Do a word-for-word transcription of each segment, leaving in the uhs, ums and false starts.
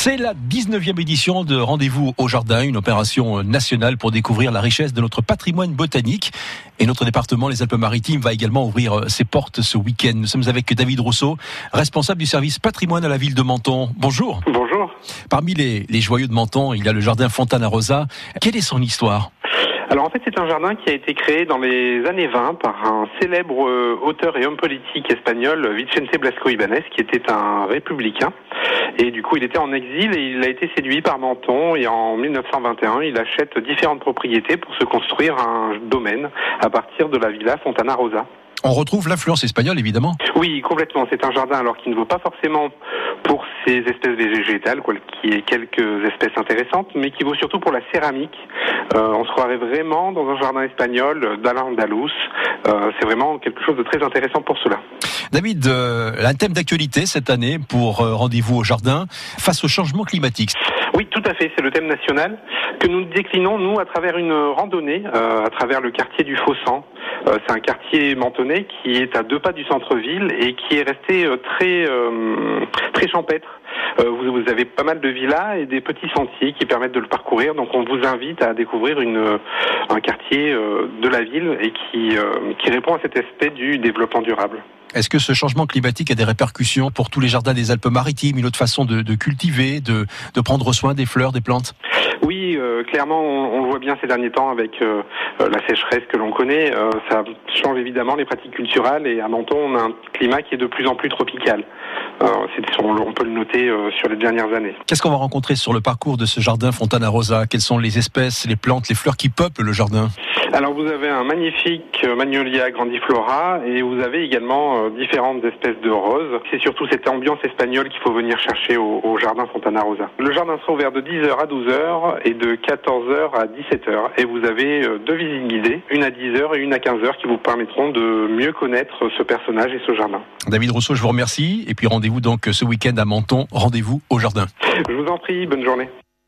C'est la dix-neuvième édition de Rendez-vous au Jardin, une opération nationale pour découvrir la richesse de notre patrimoine botanique. Et notre département, les Alpes-Maritimes, va également ouvrir ses portes ce week-end. Nous sommes avec David Rousseau, responsable du service patrimoine à la ville de Menton. Bonjour. Bonjour. Parmi les, les joyaux de Menton, il y a le jardin Fontana Rosa. Quelle est son histoire ? Alors en fait, c'est un jardin qui a été créé dans les années vingt par un célèbre euh, auteur et homme politique espagnol, Vicente Blasco Ibáñez, qui était un républicain. Et du coup, il était en exil et il a été séduit par Menton. Et en mille neuf cent vingt et un, il achète différentes propriétés pour se construire un domaine à partir de la villa Fontana Rosa. On retrouve l'influence espagnole, évidemment. Oui, complètement. C'est un jardin alors qui ne vaut pas forcément pour ses espèces végétales, quoi, qui est quelques espèces intéressantes, mais qui vaut surtout pour la céramique. Euh, on se croirait vraiment dans un jardin espagnol d'Al-Andalus. Euh, c'est vraiment quelque chose de très intéressant pour cela. David, euh, un thème d'actualité cette année pour euh, Rendez-vous au Jardin, face au changement climatique. Oui, tout à fait. C'est le thème national que nous déclinons, nous, à travers une randonnée, euh, à travers le quartier du Fossan. Euh, c'est un quartier mentonais qui est à deux pas du centre-ville et qui est resté euh, très euh, très champêtre. Euh, vous, vous avez pas mal de villas et des petits sentiers qui permettent de le parcourir. Donc on vous invite à découvrir une, un quartier euh, de la ville et qui, euh, qui répond à cet aspect du développement durable. Est-ce que ce changement climatique a des répercussions pour tous les jardins des Alpes-Maritimes, une autre façon de, de cultiver, de, de prendre soin des fleurs, des plantes ? Oui, euh, clairement, on, on le voit bien ces derniers temps avec euh, la sécheresse que l'on connaît. Euh, ça change évidemment les pratiques culturelles et à Menton, on a un climat qui est de plus en plus tropical. Euh, c'est, on peut le noter euh, sur les dernières années. Qu'est-ce qu'on va rencontrer sur le parcours de ce jardin Fontana Rosa ? Quelles sont les espèces, les plantes, les fleurs qui peuplent le jardin ? Alors vous avez un magnifique Magnolia grandiflora et vous avez également euh, différentes espèces de roses. C'est surtout cette ambiance espagnole qu'il faut venir chercher au, au jardin Fontana Rosa. Le jardin sera ouvert de dix heures à douze heures et de quatorze heures à dix-sept heures. Et vous avez euh, deux visites guidées, une à dix heures et une à quinze heures qui vous permettront de mieux connaître ce personnage et ce jardin. David Rousseau, je vous remercie. Et puis rendez-vous donc ce week-end à Menton. Rendez-vous au jardin. Je vous en prie, bonne journée.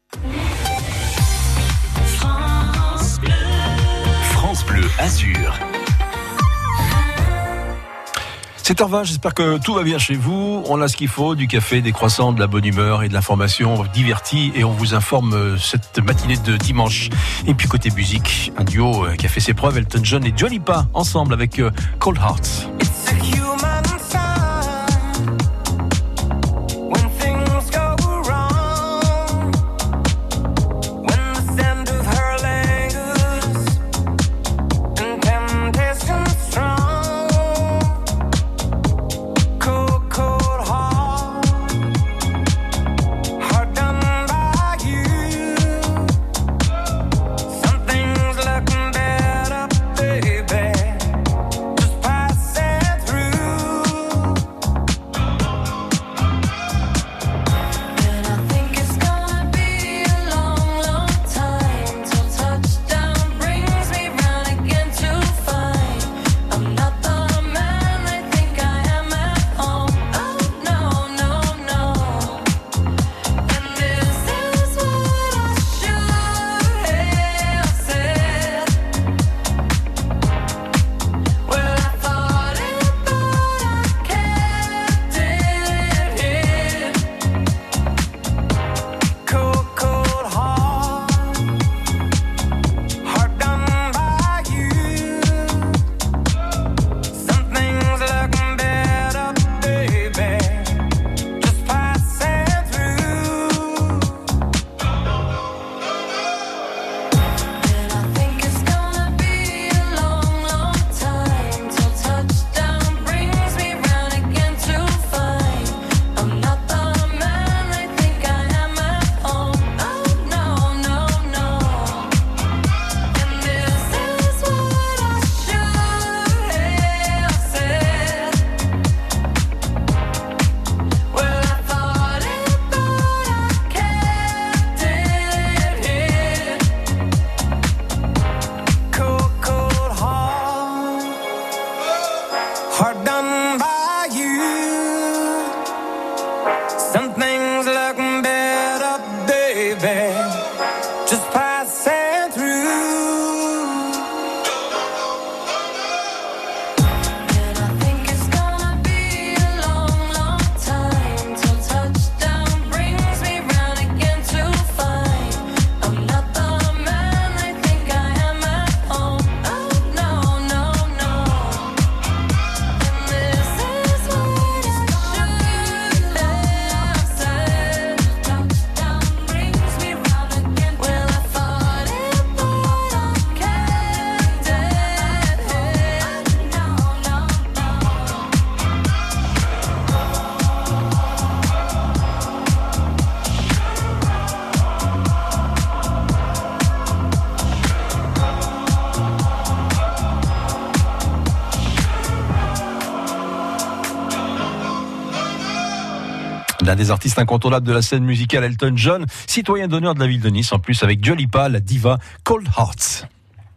Bleu Azur. sept heures vingt, j'espère que tout va bien chez vous. On a ce qu'il faut, du café, des croissants, de la bonne humeur et de l'information divertie. Et on vous informe cette matinée de dimanche. Et puis côté musique, un duo qui a fait ses preuves, Elton John et Dua Lipa, ensemble avec Cold Hearts. Baby, just pass it L'un des artistes incontournables de la scène musicale, Elton John, citoyen d'honneur de la ville de Nice, en plus avec Dua Lipa, la diva Cold Hearts.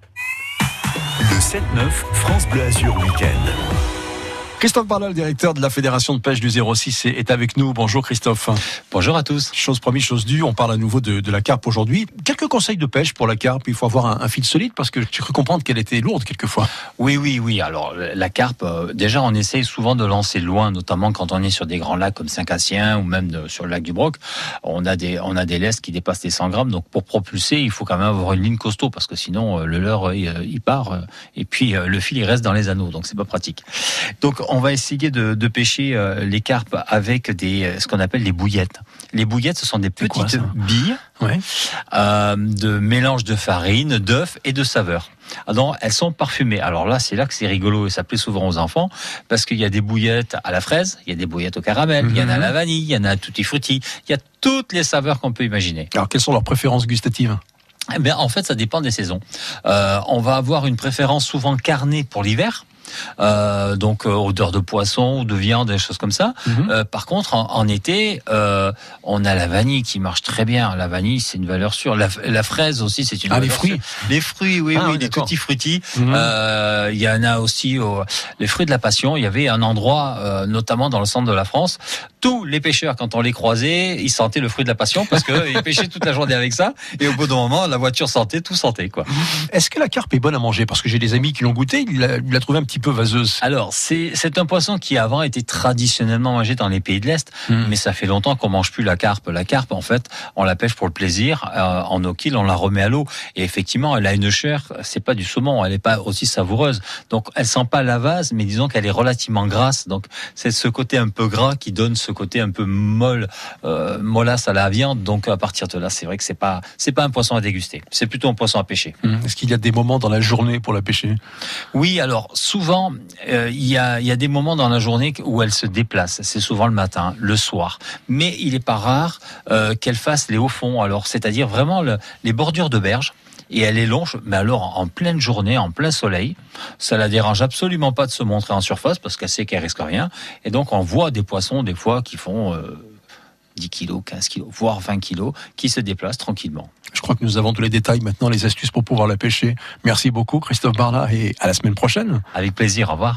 Le sept neuf France Bleu Azur Week-end. Christophe Barla, le directeur de la Fédération de pêche du zéro six, est avec nous. Bonjour Christophe. Bonjour à tous. Chose promise, chose due, on parle à nouveau de, de la carpe aujourd'hui. Quelques conseils de pêche pour la carpe, il faut avoir un, un fil solide parce que tu cru comprendre qu'elle était lourde quelquefois. Oui, oui, oui. Alors la carpe, euh, déjà on essaye souvent de lancer loin, notamment quand on est sur des grands lacs comme Saint-Cassien ou même de, sur le lac du Broc. On a des, on a des lestes qui dépassent les cent grammes, donc pour propulser, il faut quand même avoir une ligne costaud parce que sinon euh, le leurre il, il part euh, et puis euh, le fil il reste dans les anneaux, donc c'est pas pratique. Donc on va essayer de de pêcher euh, les carpes avec des ce qu'on appelle les bouillettes. Les bouillettes, ce sont des petites quoi, billes ouais. euh, de mélange de farine, d'œufs et de saveurs. Alors, elles sont parfumées. Alors là, c'est là que c'est rigolo et ça plaît souvent aux enfants parce qu'il y a des bouillettes à la fraise, il y a des bouillettes au caramel, mm-hmm. il y en a à la vanille, il y en a à tutti frutti, il y a toutes les saveurs qu'on peut imaginer. Alors, quelles sont leurs préférences gustatives ? Eh bien, en fait, ça dépend des saisons. Euh, on va avoir une préférence souvent carnée pour l'hiver. Euh, donc euh, odeur de poisson ou de viande, des choses comme ça. Mm-hmm. Euh, par contre, en, en été, euh, on a la vanille qui marche très bien. La vanille, c'est une valeur sûre. La, la fraise aussi, c'est une ah, valeur les fruits. sûre. Les fruits, oui, ah, oui, oui, des tutti frutti. Mm-hmm. Euh, il y en a aussi oh, les fruits de la passion. Il y avait un endroit, euh, notamment dans le centre de la France, tous les pêcheurs, quand on les croisait, ils sentaient le fruit de la passion parce qu'ils pêchaient toute la journée avec ça. Et au bout d'un moment, la voiture sentait, tout sentait, quoi. Est-ce que la carpe est bonne à manger ? Parce que j'ai des amis qui l'ont goûté, ils la, ils la trouvaient un petit peu vaseuse. Alors, c'est, c'est un poisson qui avant était traditionnellement mangé dans les pays de l'Est, mmh. mais ça fait longtemps qu'on mange plus la carpe. La carpe, en fait, on la pêche pour le plaisir. Euh, en eau kill, on la remet à l'eau. Et effectivement, elle a une chair, c'est pas du saumon, elle est pas aussi savoureuse. Donc, elle sent pas la vase, mais disons qu'elle est relativement grasse. Donc, c'est ce côté un peu gras qui donne ce côté un peu molle, euh, mollasse à la viande. Donc, à partir de là, c'est vrai que c'est pas, c'est pas un poisson à déguster. C'est plutôt un poisson à pêcher. Mmh. Est-ce qu'il y a des moments dans la journée pour la pêcher ? Oui, alors, souvent, euh, il y a, il y a des moments dans la journée où elle se déplace. C'est souvent le matin, le soir. Mais il n'est pas rare euh, qu'elle fasse les hauts fonds. Alors, c'est-à-dire vraiment le, les bordures de berge. Et elle est longe, mais alors en pleine journée, en plein soleil, ça la dérange absolument pas de se montrer en surface parce qu'elle sait qu'elle risque rien. Et donc on voit des poissons des fois qui font euh, dix kilos, quinze kilos, voire vingt kilos, qui se déplacent tranquillement. Je crois que nous avons tous les détails maintenant, les astuces pour pouvoir la pêcher. Merci beaucoup Christophe Barla et à la semaine prochaine. Avec plaisir, au revoir.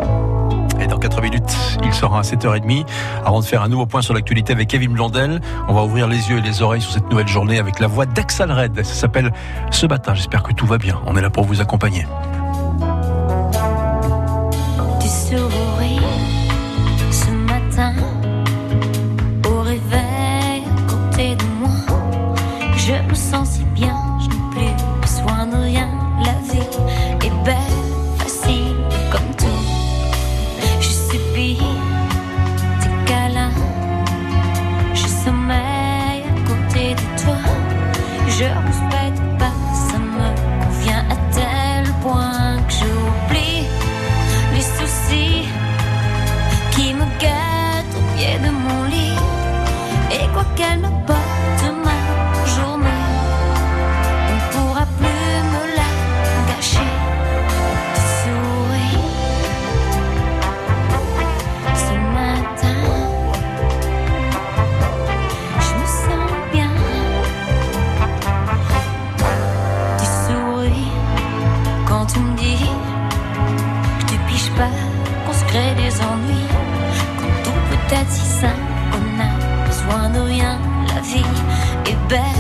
Et dans quatre minutes, il sera à sept heures trente. Avant de faire un nouveau point sur l'actualité avec Kevin Blondel, on va ouvrir les yeux et les oreilles sur cette nouvelle journée avec la voix d'Axel Red. Ça s'appelle Ce matin. J'espère que tout va bien. On est là pour vous accompagner. Tu souris ce matin au réveil à côté de moi. Je me sens si bien, je n'ai plus besoin de rien. La vie est belle, facile comme tout. Tes câlins, je sommeille à côté de toi. Je respecte pas, ça me convient à tel point que j'oublie les soucis qui me guettent au pied de mon lit. Et quoi qu'elle me porte ma journée, on ne pourra plus me la gâcher. Tu souris ce matin, je me sens bien. Tu souris quand tu me dis que tu piges pas, qu'on se crée des ennuis, quand tout peut être si simple, qu'on a besoin de rien. La vie est belle.